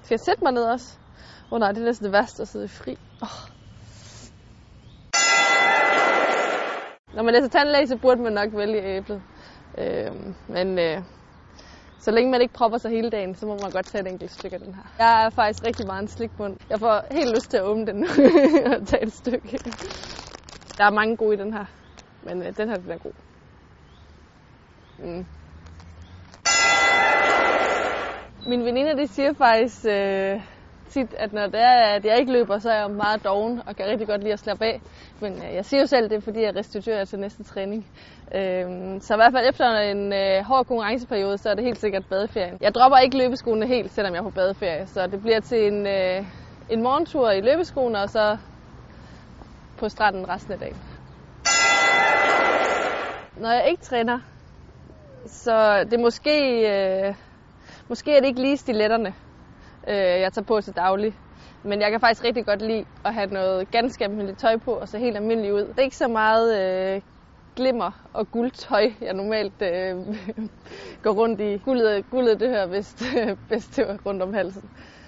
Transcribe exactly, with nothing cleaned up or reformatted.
Skal jeg sætte mig ned også? Åh oh, nej, det er næsten det værste at sidde i fri. Oh. Når man læser tandlæge, så burde man nok vælge æblet. Øh, men øh, så længe man ikke propper sig hele dagen, så må man godt tage et enkelt stykke af den her. Jeg er faktisk rigtig meget en slikmund. Jeg får helt lyst til at åbne den nu og tage et stykke. Der er mange gode i den her, men øh, den her den er god. Mm. Mine veninder, de siger faktisk øh, tit, at når det er, at jeg ikke løber, så er jeg meget doven og kan rigtig godt lide at slappe af. Men øh, jeg siger jo selv, det er fordi, jeg restituerer til næste træning. Øh, så i hvert fald efter en øh, hård konkurrenceperiode, så er det helt sikkert badeferien. Jeg dropper ikke løbeskoene helt, selvom jeg er på badeferie. Så det bliver til en, øh, en morgentur i løbeskoene, og så på stranden resten af dagen. Når jeg ikke træner, så det er måske... Øh, Måske er det ikke lige stiletterne, øh, jeg tager på til daglig. Men jeg kan faktisk rigtig godt lide at have noget ganske almindeligt tøj på og se helt almindeligt ud. Det er ikke så meget øh, glimmer og guldtøj, jeg normalt øh, går rundt i. Guldet, guldet det hører bedst, bedst til rundt om halsen.